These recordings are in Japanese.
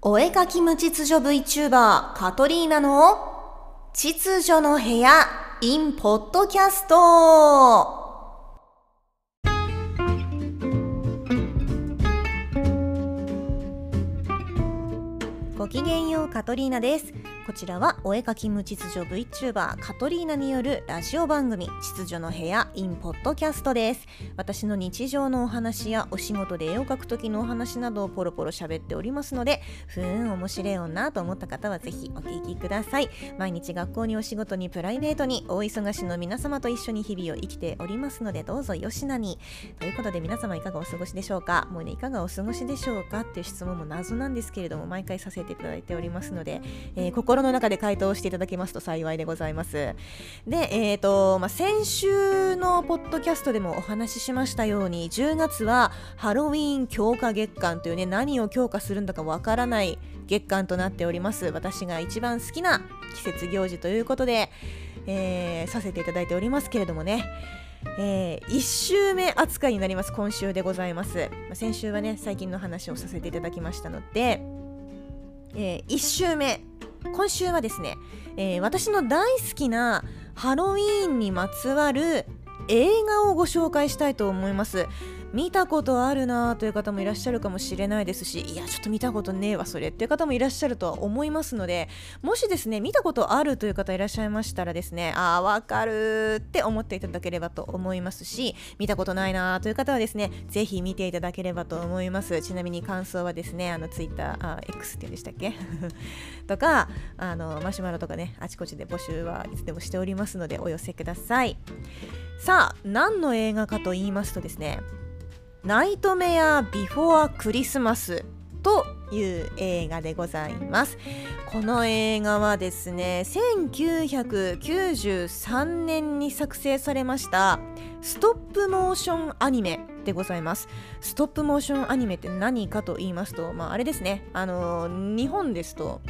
お絵かき無秩序 VTuber カトリーナの秩序の部屋 in ポッドキャスト。ごきげんよう、カトリーナです。こちらはお絵かき無秩序 VTuber カトリーナによるラジオ番組秩序の部屋 in ポッドキャストです。私の日常のお話やお仕事で絵を描く時のお話などをポロポロ喋っておりますので、面白い女と思った方はぜひお聞きください。毎日学校にお仕事にプライベートに大忙しの皆様と一緒に日々を生きておりますので、どうぞよしなに。ということで皆様いかがお過ごしでしょうか。もうね、いかがお過ごしでしょうかっていう質問も謎なんですけれども、毎回させていただいておりますので、心の中で回答していただけますと幸いでございます。で、先週のポッドキャストでもお話ししましたように、10月はハロウィーン強化月間というね、何を強化するんだかわからない月間となっております。私が一番好きな季節行事ということで、させていただいておりますけれどもね、1週目扱いになります。今週でございます。先週はね、最近の話をさせていただきましたので、1週目、今週はですね、私の大好きなハロウィーンにまつわる映画をご紹介したいと思います。見たことあるなという方もいらっしゃるかもしれないですし、いやちょっと見たことねえわそれっていう方もいらっしゃるとは思いますので、もしですね見たことあるという方いらっしゃいましたらですね、わかるって思っていただければと思いますし、見たことないなという方はですね、ぜひ見ていただければと思います。ちなみに感想はですね、ツイッターX って言うんでしたっけとかマシュマロとかね、あちこちで募集はいつでもしておりますのでお寄せください。さあ、何の映画かと言いますとですね、ナイトメアビフォアクリスマスという映画でございます。この映画はですね、1993年に作成されましたストップモーションアニメでございます。ストップモーションアニメって何かと言いますと、あれですね、日本ですと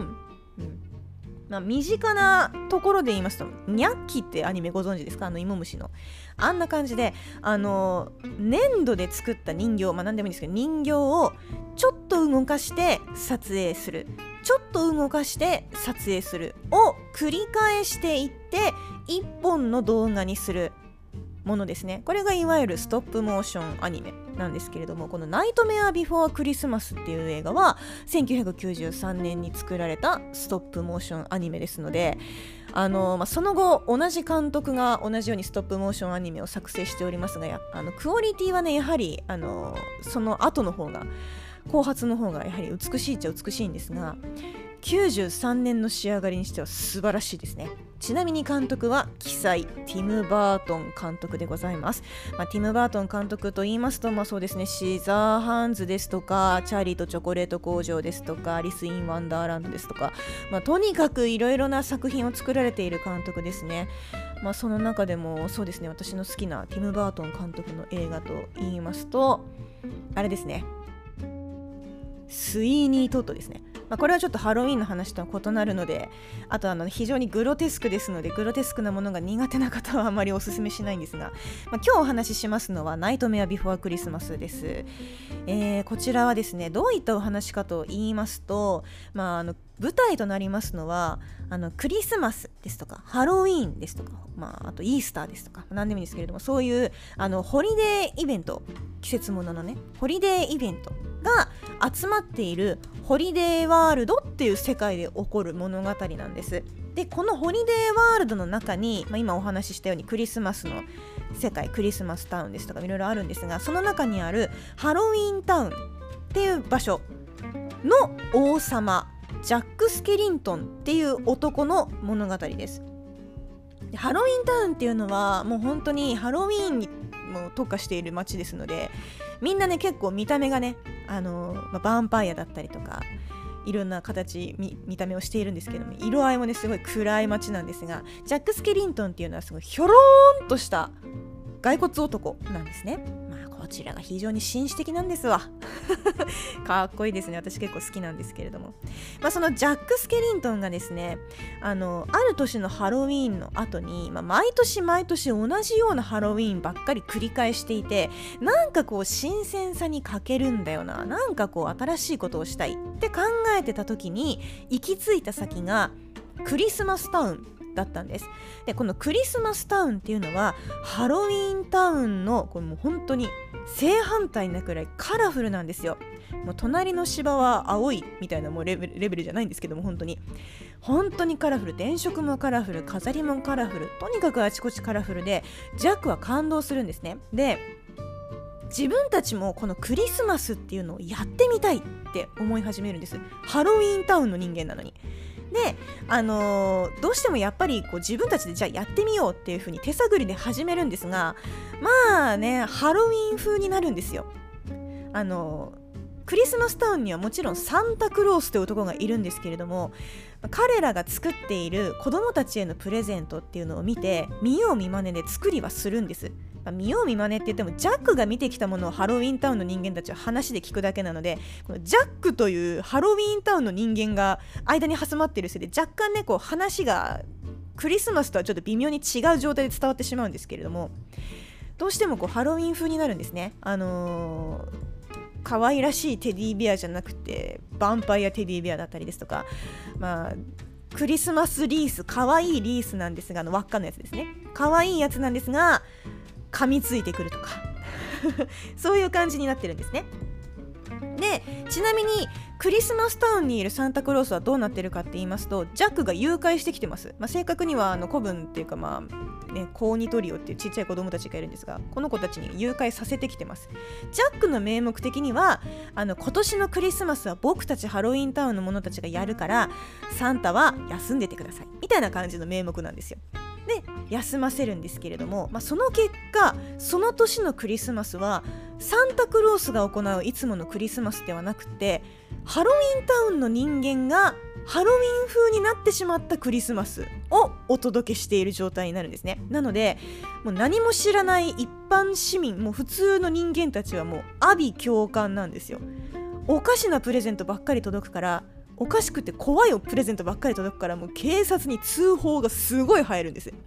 身近なところで言いますと、ニャッキってアニメご存知ですか？芋虫のあんな感じで、粘土で作った人形、何でもいいんですけど、人形をちょっと動かして撮影する、ちょっと動かして撮影するを繰り返していって一本の動画にするものですね。これがいわゆるストップモーションアニメなんですけれども、このナイトメアビフォークリスマスっていう映画は1993年に作られたストップモーションアニメですので、その後同じ監督が同じようにストップモーションアニメを作成しておりますが、クオリティはね、やはりその後の方が、後発の方がやはり美しいっちゃ美しいんですが、93年の仕上がりにしては素晴らしいですね。ちなみに監督は奇才ティム・バートン監督でございます。ティム・バートン監督と言いますと、そうですね、シザーハンズですとか、チャーリーとチョコレート工場ですとか、アリス・イン・ワンダーランドですとか、とにかくいろいろな作品を作られている監督ですね。その中でもそうですね、私の好きなティム・バートン監督の映画と言いますと、あれですね、スイーニー・トッドですね。これはちょっとハロウィンの話とは異なるので、あと非常にグロテスクですので、グロテスクなものが苦手な方はあまりおすすめしないんですが、今日お話ししますのはナイトメアビフォークリスマスです。こちらはですね、どういったお話かと言いますと、舞台となりますのはクリスマスですとかハロウィーンですとか、あとイースターですとか何でもいいんですけれども、そういうホリデーイベント、季節もののねホリデーイベントが集まっているホリデーワールドっていう世界で起こる物語なんです。で、このホリデーワールドの中に、今お話ししたようにクリスマスの世界、クリスマスタウンですとかいろいろあるんですが、その中にあるハロウィンタウンっていう場所の王様ジャック・スケリントンっていう男の物語です。で、ハロウィンタウンっていうのはもう本当にハロウィーンにも特化している街ですので、みんなね結構見た目がねヴァンパイアだったりとかいろんな形 見た目をしているんですけども、色合いもねすごい暗い街なんですが、ジャック・スケリントンっていうのはすごいひょろーんとした骸骨男なんですね。ここちらが非常に紳士的なんですわかっこいいですね。私結構好きなんですけれども、そのジャック・スケリントンがですね、ある年のハロウィーンの後に、毎年毎年同じようなハロウィーンばっかり繰り返していて、なんかこう新鮮さに欠けるんだよな、なんかこう新しいことをしたいって考えてた時に行き着いた先がクリスマスタウンだったんです。でこのクリスマスタウンっていうのはハロウィーンタウンのこれもう本当に正反対なくらいカラフルなんですよ。もう隣の芝は青いみたいなもうレベルじゃないんですけども、本当にカラフル、電飾もカラフル、飾りもカラフル、とにかくあちこちカラフルでジャックは感動するんですね。で自分たちもこのクリスマスっていうのをやってみたいって思い始めるんです。ハロウィーンタウンの人間なのに。で、どうしてもやっぱりこう自分たちでじゃあやってみようっていう風に手探りで始めるんですが、ハロウィーン風になるんですよ。クリスマスタウンにはもちろんサンタクロースという男がいるんですけれども、彼らが作っている子供たちへのプレゼントっていうのを見て見よう見まねで作りはするんです。見よう見まねって言ってもジャックが見てきたものをハロウィンタウンの人間たちは話で聞くだけなので、このジャックというハロウィンタウンの人間が間に挟まっているせいで若干ねこう話がクリスマスとはちょっと微妙に違う状態で伝わってしまうんですけれども、どうしてもこうハロウィン風になるんですね。可愛らしいテディベアじゃなくてヴァンパイアテディベアだったりですとか、クリスマスリース、可愛いリースなんですが、輪っかのやつですね、可愛いやつなんですが噛みついてくるとかそういう感じになってるんですね。でちなみにクリスマスタウンにいるサンタクロースはどうなってるかって言いますと、ジャックが誘拐してきてます。正確には子分っていうかコーニトリオっていうちっちゃい子供たちがいるんですが、この子たちに誘拐させてきてます。ジャックの名目的には今年のクリスマスは僕たちハロウィンタウンの者たちがやるからサンタは休んでてくださいみたいな感じの名目なんですよ。で休ませるんですけれども、その結果その年のクリスマスはサンタクロースが行ういつものクリスマスではなくて、ハロウィンタウンの人間がハロウィン風になってしまったクリスマスをお届けしている状態になるんですね。なのでもう何も知らない一般市民、もう普通の人間たちはもう阿鼻共感なんですよ。おかしなプレゼントばっかり届くから、おかしくて怖いプレゼントばっかり届くから、もう警察に通報がすごい入るんですで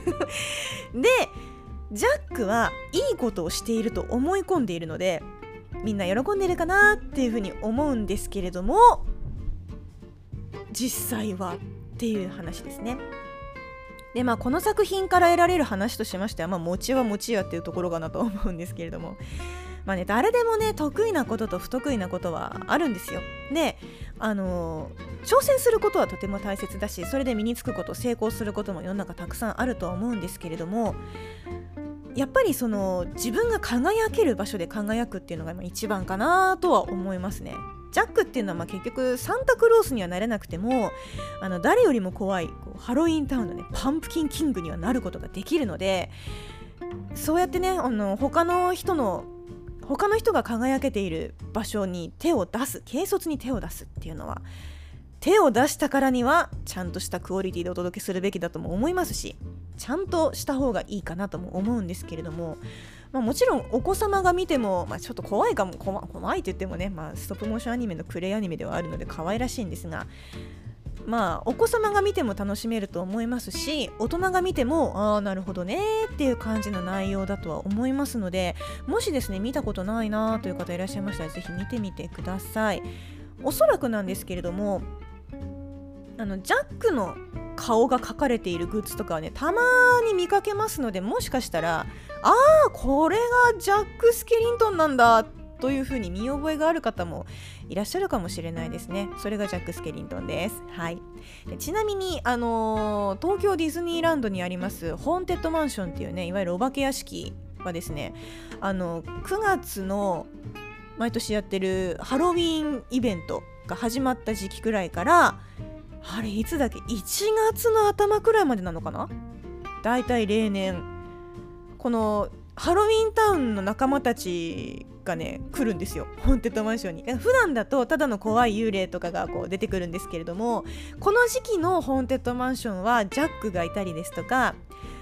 ジャックはいいことをしていると思い込んでいるので、みんな喜んでるかなっていうふうに思うんですけれども、実際はっていう話ですね。でこの作品から得られる話としましては、餅は餅やっていうところかなと思うんですけれども、誰でもね得意なことと不得意なことはあるんですよ。で挑戦することはとても大切だし、それで身につくこと、成功することも世の中たくさんあるとは思うんですけれども、やっぱり自分が輝ける場所で輝くっていうのが一番かなとは思いますね。ジャックっていうのは結局サンタクロースにはなれなくても誰よりも怖いハロウィンタウンのねパンプキンキングにはなることができるので、そうやってね他の人が輝けている場所に手を出す、軽率に手を出すっていうのは、手を出したからにはちゃんとしたクオリティでお届けするべきだとも思いますし、ちゃんとした方がいいかなとも思うんですけれども、もちろんお子様が見ても、ちょっと怖いかも、怖いって言ってもね、ストップモーションアニメのクレイアニメではあるので可愛らしいんですが、お子様が見ても楽しめると思いますし、大人が見てもなるほどねっていう感じの内容だとは思いますので、もしですね見たことないなという方いらっしゃいましたらぜひ見てみてください。おそらくなんですけれども、ジャックの顔が描かれているグッズとかはねたまに見かけますので、もしかしたらこれがジャック・スケリントンなんだというふうに見覚えがある方もいらっしゃるかもしれないですね。それがジャック・スケリントンです。でちなみに東京ディズニーランドにありますホーンテッドマンションっていうね、いわゆるお化け屋敷はですね、9月の毎年やってるハロウィンイベントが始まった時期くらいから、あれいつだっけ、1月の頭くらいまでなのかな、だいたい例年このハロウィンタウンの仲間たちがね来るんですよ、ホーンテッドマンションに。普段だとただの怖い幽霊とかが出てくるんですけれども、この時期のホーンテッドマンションはジャックがいたりですとか、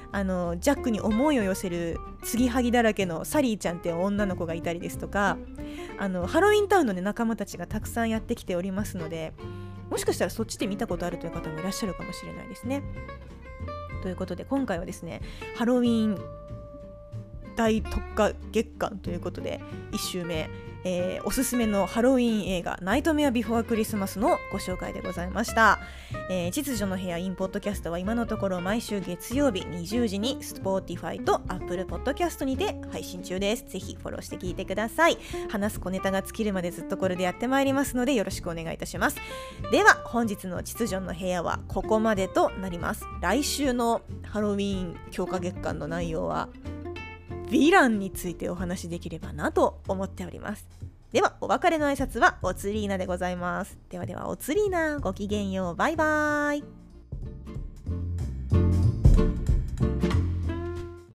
ジャックに思いを寄せる継ぎはぎだらけのサリーちゃんっていう女の子がいたりですとか、ハロウィンタウンの、ね、仲間たちがたくさんやってきておりますので、もしかしたらそっちで見たことあるという方もいらっしゃるかもしれないですね。ということで今回はですね、ハロウィン大特化月間ということで1週目、おすすめのハロウィン映画ナイトメアビフォークリスマスのご紹介でございました。秩序の部屋インポッドキャストは今のところ毎週月曜日20時に Spotify と Apple Podcast にて配信中です。ぜひフォローして聞いてください。話す小ネタが尽きるまでずっとこれでやってまいりますのでよろしくお願いいたします。では本日の秩序の部屋はここまでとなります。来週のハロウィン強化月間の内容はヴィランについてお話しできればなと思っております。ではお別れの挨拶はおつりーなでございます。ではおつりーな、ごきげんよう、バイバーイ。